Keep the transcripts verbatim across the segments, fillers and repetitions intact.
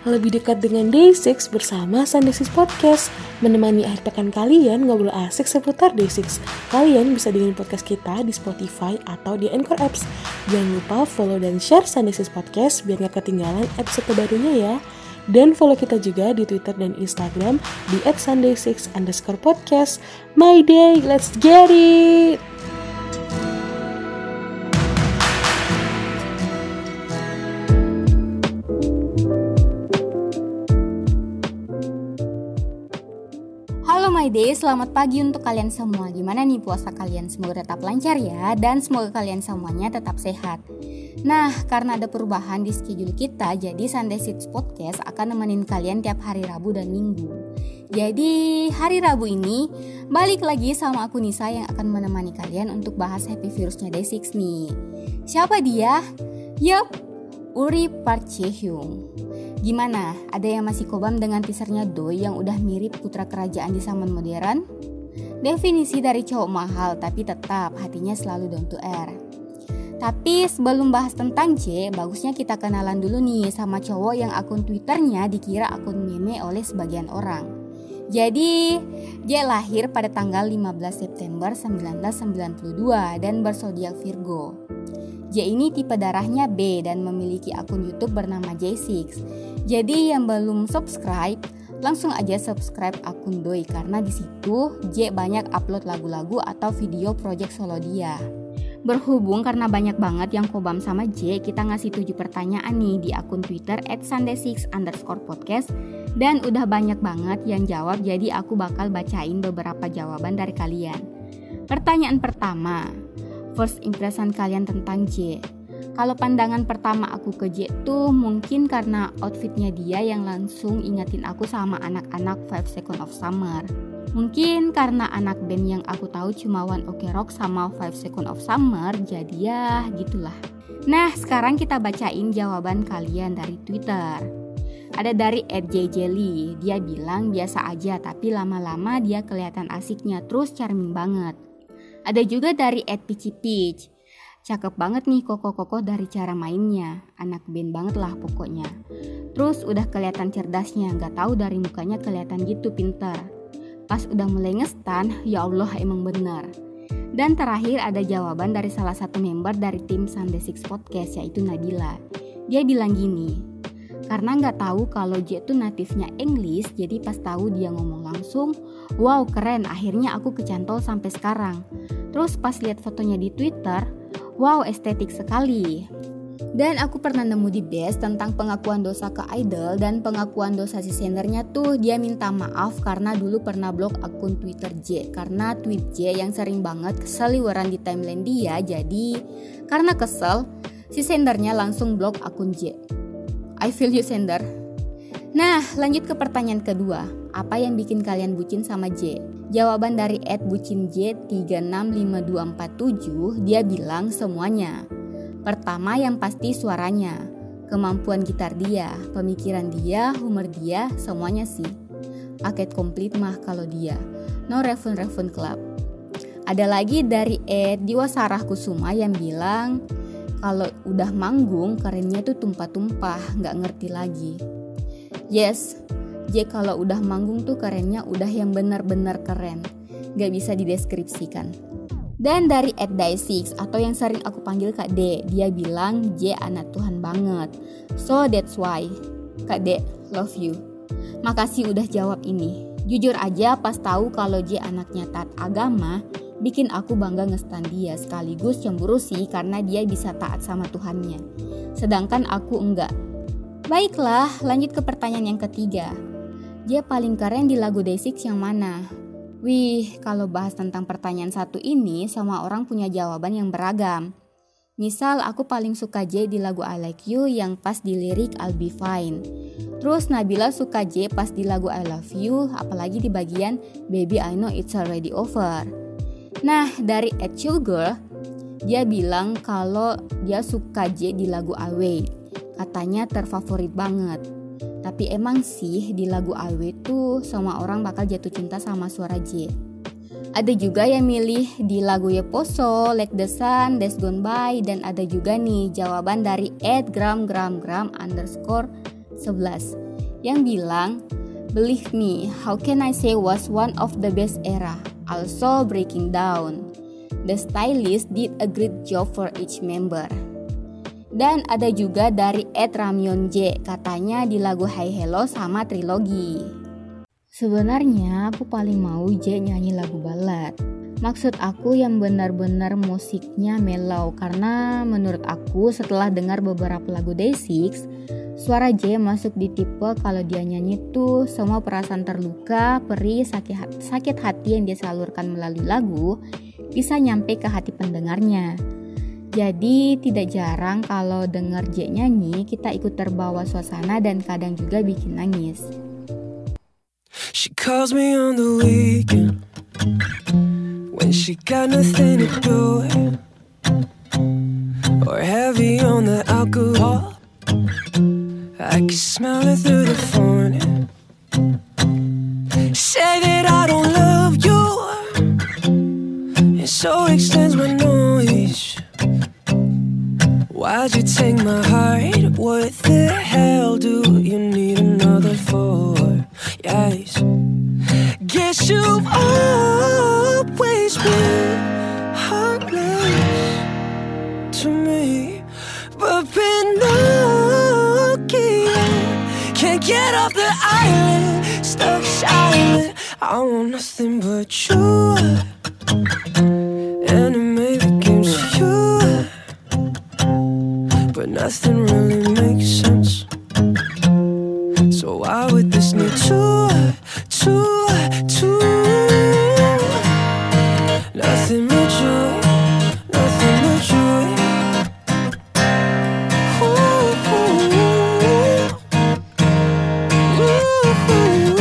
lebih dekat dengan day enam bersama Sunday enam Podcast. Menemani akhir pekan kalian ngobrol asik seputar day enam. Kalian bisa dengerin podcast kita di Spotify atau di Anchor Apps. Jangan lupa follow dan share Sunday enam Podcast biar gak ketinggalan episode terbarunya ya. Dan follow kita juga di Twitter dan Instagram di at sunday enam underscore podcast. My day, let's get it! Halo My Day, selamat pagi untuk kalian semua. Gimana nih puasa kalian? Semoga tetap lancar ya, dan semoga kalian semuanya tetap sehat. Nah, karena ada perubahan di schedule kita, jadi Sunday enam Podcast akan nemenin kalian tiap hari Rabu dan Minggu. Jadi hari Rabu ini balik lagi sama aku Nisa yang akan menemani kalian untuk bahas happy virusnya day enam nih. Siapa dia? Yup, Uri Park Chae-hyung. Gimana? Ada yang masih kobam dengan teasernya Doi yang udah mirip putra kerajaan di zaman modern? Definisi dari cowok mahal tapi tetap hatinya selalu down to earth. Tapi sebelum bahas tentang J, bagusnya kita kenalan dulu nih sama cowok yang akun Twitternya dikira akun meme oleh sebagian orang. Jadi, J lahir pada tanggal lima belas September seribu sembilan ratus sembilan puluh dua dan berzodiak Virgo. J ini tipe darahnya B dan memiliki akun YouTube bernama J enam. Jadi yang belum subscribe, langsung aja subscribe akun Doi karena di situ J banyak upload lagu-lagu atau video project solo dia. Berhubung karena banyak banget yang kobam sama J, kita ngasih tujuh pertanyaan nih di akun Twitter at sunday enam underscore podcast. Dan udah banyak banget yang jawab, jadi aku bakal bacain beberapa jawaban dari kalian. Pertanyaan pertama, first impression kalian tentang J. Kalau pandangan pertama aku ke J tuh mungkin karena outfitnya dia yang langsung ingetin aku sama anak-anak Five Seconds of Summer. Mungkin karena anak band yang aku tahu cuma One Ok Rock sama Five Seconds of Summer, jadi ya gitulah. Nah, sekarang kita bacain jawaban kalian dari Twitter. Ada dari at jjelly, dia bilang biasa aja tapi lama-lama dia kelihatan asiknya, terus charming banget. Ada juga dari at Peachy Peach, cakep banget nih koko-koko dari cara mainnya, anak band banget lah pokoknya. Terus udah kelihatan cerdasnya, gak tahu dari mukanya kelihatan gitu pintar. Pas udah mulai ngestan, ya Allah emang benar. Dan terakhir ada jawaban dari salah satu member dari tim Sunday enam Podcast yaitu Nabila. Dia bilang gini, karena gak tahu kalau J tuh natifnya English, jadi pas tahu dia ngomong langsung, wow keren, akhirnya aku kecantol sampai sekarang. Terus pas lihat fotonya di Twitter, wow estetik sekali. Dan aku pernah nemu di Best tentang pengakuan dosa ke idol dan pengakuan dosa si sendernya tuh dia minta maaf karena dulu pernah blok akun Twitter J karena tweet J yang sering banget keseliweran di timeline dia, jadi karena kesel si sendernya langsung blok akun J. I feel you sender. Nah, lanjut ke pertanyaan kedua. Apa yang bikin kalian bucin sama J? Jawaban dari at bucinj tiga enam lima dua empat tujuh, dia bilang semuanya. Pertama yang pasti suaranya, kemampuan gitar dia, pemikiran dia, humor dia, semuanya sih. Paket komplit mah kalau dia. No refund-refund club. Ada lagi dari at Diwa Sarah Kusuma yang bilang kalau udah manggung kerennya tuh tumpah-tumpah, gak ngerti lagi. Yes, J kalau udah manggung tuh kerennya udah yang benar-benar keren, gak bisa dideskripsikan. Dan dari at day enam atau yang sering aku panggil Kak D, dia bilang J anak Tuhan banget. So that's why Kak D, love you. Makasih udah jawab ini. Jujur aja pas tahu kalau J anaknya taat agama, bikin aku bangga ngestan dia, sekaligus cemburu sih karena dia bisa taat sama Tuhannya. Sedangkan aku enggak. Baiklah, lanjut ke pertanyaan yang ketiga. J paling keren di lagu day enam yang mana? Wih, kalau bahas tentang pertanyaan satu ini, semua orang punya jawaban yang beragam. Misal, aku paling suka J di lagu I Like You yang pas di lirik I'll Be Fine. Terus Nabila suka J pas di lagu I Love You, apalagi di bagian Baby I Know It's Already Over. Nah, dari at Chill Girl, dia bilang kalau dia suka J di lagu I Wait. Katanya terfavorit banget. Tapi emang sih di lagu I Wait tuh semua orang bakal jatuh cinta sama suara J. Ada juga yang milih di lagu Yeposo, Like the Sun, Days Gone By, dan ada juga nih jawaban dari at gram gram gram underscore sebelas. yang bilang, "Believe me, how can I say was one of the best era, also breaking down. The stylist did a great job for each member." Dan ada juga dari Ed Ramyon J, katanya di lagu Hi Hello sama Trilogi. Sebenarnya aku paling mau J nyanyi lagu ballad. Maksud aku yang benar-benar musiknya mellow, karena menurut aku setelah dengar beberapa lagu Day six, suara J masuk di tipe kalau dia nyanyi tuh semua perasaan terluka, perih, sakit, sakit hati yang dia salurkan melalui lagu bisa nyampe ke hati pendengarnya. Jadi tidak jarang kalau dengar J nyanyi kita ikut terbawa suasana dan kadang juga bikin nangis. She calls me on the weekend when she got nothing to do, or heavy on the alcohol. I can smell it through the phone. Say that I don't love you, and so extends my noise. Why'd you take my heart? What the hell do you need another for? Yes, guess you've always been heartless to me, but been lucky. Can't get off the island, stuck silent. I want nothing but you, and it maybe games you, but nothing really makes sense. So why would this need to, to, to? Nothing but you, nothing but you. Ooh, ooh, ooh, ooh.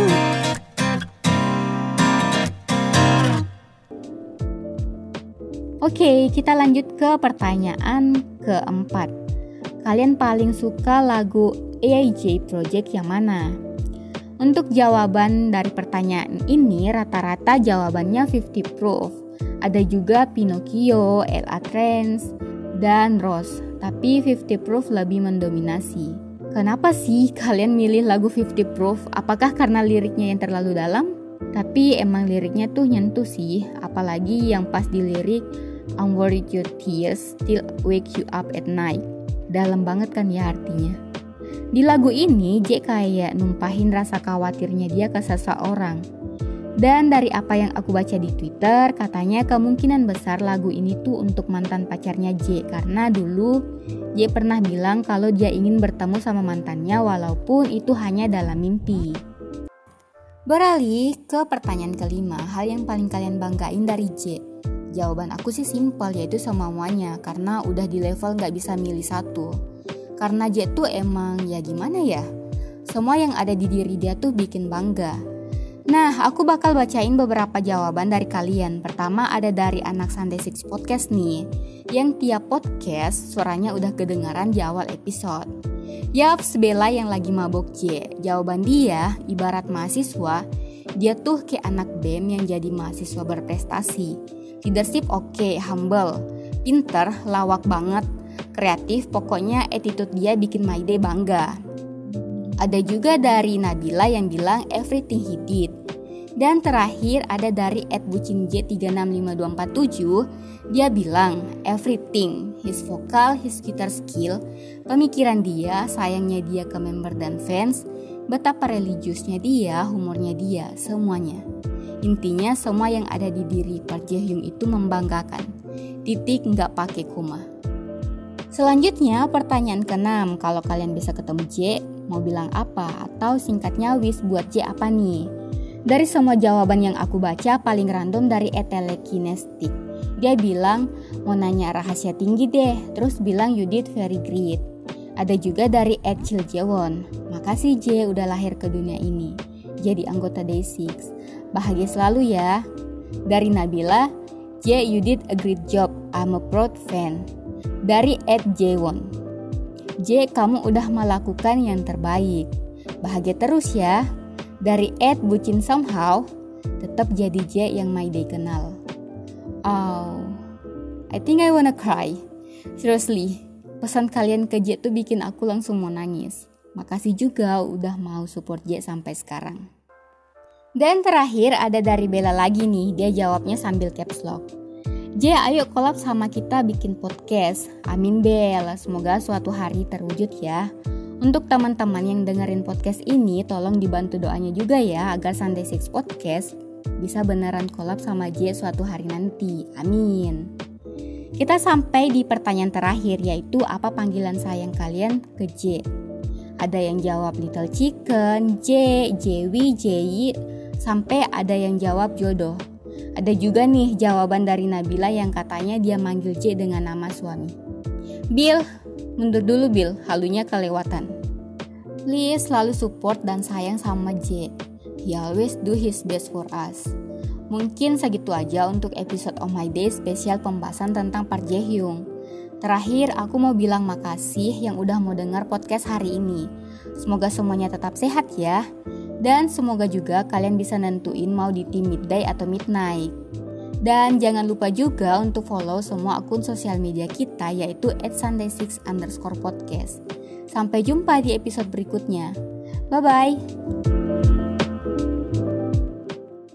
Oke, kita lanjut ke pertanyaan keempat. Kalian paling suka lagu A I J Project yang mana? Untuk jawaban dari pertanyaan ini rata-rata jawabannya fifty Proof. Ada juga Pinocchio, L A Trance, dan Rose. Tapi fifty Proof lebih mendominasi. Kenapa sih kalian milih lagu fifty Proof? Apakah karena liriknya yang terlalu dalam? Tapi emang liriknya tuh nyentuh sih. Apalagi yang pas di lirik I'm worried your tears still wake you up at night. Dalam banget kan ya artinya. Di lagu ini J kayak numpahin rasa khawatirnya dia ke seseorang. Dan dari apa yang aku baca di Twitter, katanya kemungkinan besar lagu ini tuh untuk mantan pacarnya J, karena dulu J pernah bilang kalau dia ingin bertemu sama mantannya walaupun itu hanya dalam mimpi. Beralih ke pertanyaan kelima, hal yang paling kalian banggain dari J. Jawaban aku sih simpel, yaitu semuanya, karena udah di level gak bisa milih satu. Karena J tuh emang ya gimana ya, semua yang ada di diri dia tuh bikin bangga. Nah, aku bakal bacain beberapa jawaban dari kalian. Pertama ada dari anak Sunday Six Podcast nih, yang tiap podcast suaranya udah kedengaran di awal episode. Yaps, Bella yang lagi mabok J. Jawaban dia, ibarat mahasiswa, dia tuh kayak anak B E M yang jadi mahasiswa berprestasi. Leadership oke, okay, humble, pinter, lawak banget, kreatif, pokoknya attitude dia bikin My Day bangga. Ada juga dari Nabila yang bilang everything he did. Dan terakhir ada dari et bucin j tiga enam lima dua empat tujuh, dia bilang everything, his vokal, his guitar skill, pemikiran dia, sayangnya dia ke member dan fans, betapa religiusnya dia, humornya dia, semuanya. Intinya semua yang ada di diri Park Jae Hyung itu membanggakan. Titik nggak pakai koma. Selanjutnya pertanyaan keenam, kalau kalian bisa ketemu J, mau bilang apa? Atau singkatnya wish buat J apa nih? Dari semua jawaban yang aku baca paling random dari Etelekinestik. Dia bilang mau nanya rahasia tinggi deh, terus bilang you did very great. Ada juga dari Ed Chil Jewon, makasih J udah lahir ke dunia ini, jadi anggota Day six. Bahagia selalu ya. Dari Nabila, J you did a great job, I'm a proud fan. Dari Ed Jewon, J kamu udah melakukan yang terbaik, bahagia terus ya. Dari Ed Bucin Somehow, tetap jadi J yang My Day kenal. Oh, I think I wanna cry. Seriously, pesan kalian ke J tuh bikin aku langsung mau nangis. Makasih juga udah mau support J sampai sekarang. Dan terakhir ada dari Bella lagi nih, dia jawabnya sambil caps lock. J, ayo collab sama kita bikin podcast. Amin Bella, semoga suatu hari terwujud ya. Untuk teman-teman yang dengerin podcast ini, tolong dibantu doanya juga ya agar Sunday Six Podcast bisa beneran collab sama J suatu hari nanti. Amin. Kita sampai di pertanyaan terakhir, yaitu apa panggilan sayang kalian ke J? Ada yang jawab Little Chicken, J, Jewi, Jeyi, sampai ada yang jawab jodoh. Ada juga nih jawaban dari Nabila yang katanya dia manggil J dengan nama suami. Bill, mundur dulu Bill, halunya kelewatan. Please selalu support dan sayang sama J. He always do his best for us. Mungkin segitu aja untuk episode Oh My Day spesial pembahasan tentang Park Jae Hyung. Terakhir aku mau bilang makasih yang udah mau dengar podcast hari ini. Semoga semuanya tetap sehat ya. Dan semoga juga kalian bisa nentuin mau di tim midday atau midnight. Dan jangan lupa juga untuk follow semua akun sosial media kita, yaitu at sunday six underscore podcast. Sampai jumpa di episode berikutnya. Bye-bye.